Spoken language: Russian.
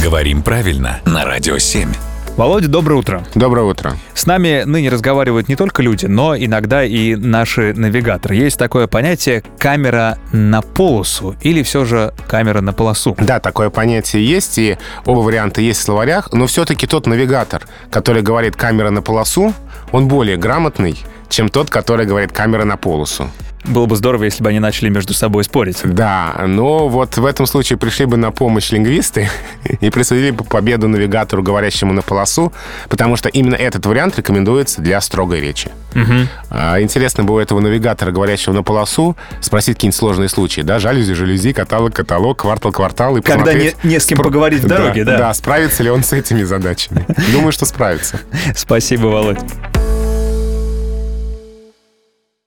Говорим правильно на Радио 7. Володя, доброе утро. Доброе утро. С нами ныне разговаривают не только люди, но иногда и наши навигаторы. Есть такое понятие «камера на полосу» или все же «камера на полосу». Да, такое понятие есть, и оба варианта есть в словарях, но все-таки тот навигатор, который говорит «камера на полосу», он более грамотный, чем тот, который говорит «камера на полосу». Было бы здорово, если бы они начали между собой спорить. Да, но вот в этом случае пришли бы на помощь лингвисты и присудили бы победу навигатору, говорящему на полосу, потому что именно этот вариант рекомендуется для строгой речи. Интересно было у этого навигатора, говорящего на полосу, спросить какие-нибудь сложные случаи, да, жалюзи, каталог, квартал, и посмотреть... Когда не с кем поговорить в дороге, да? Да, справится ли он с этими задачами. Думаю, что справится. Спасибо, Володь.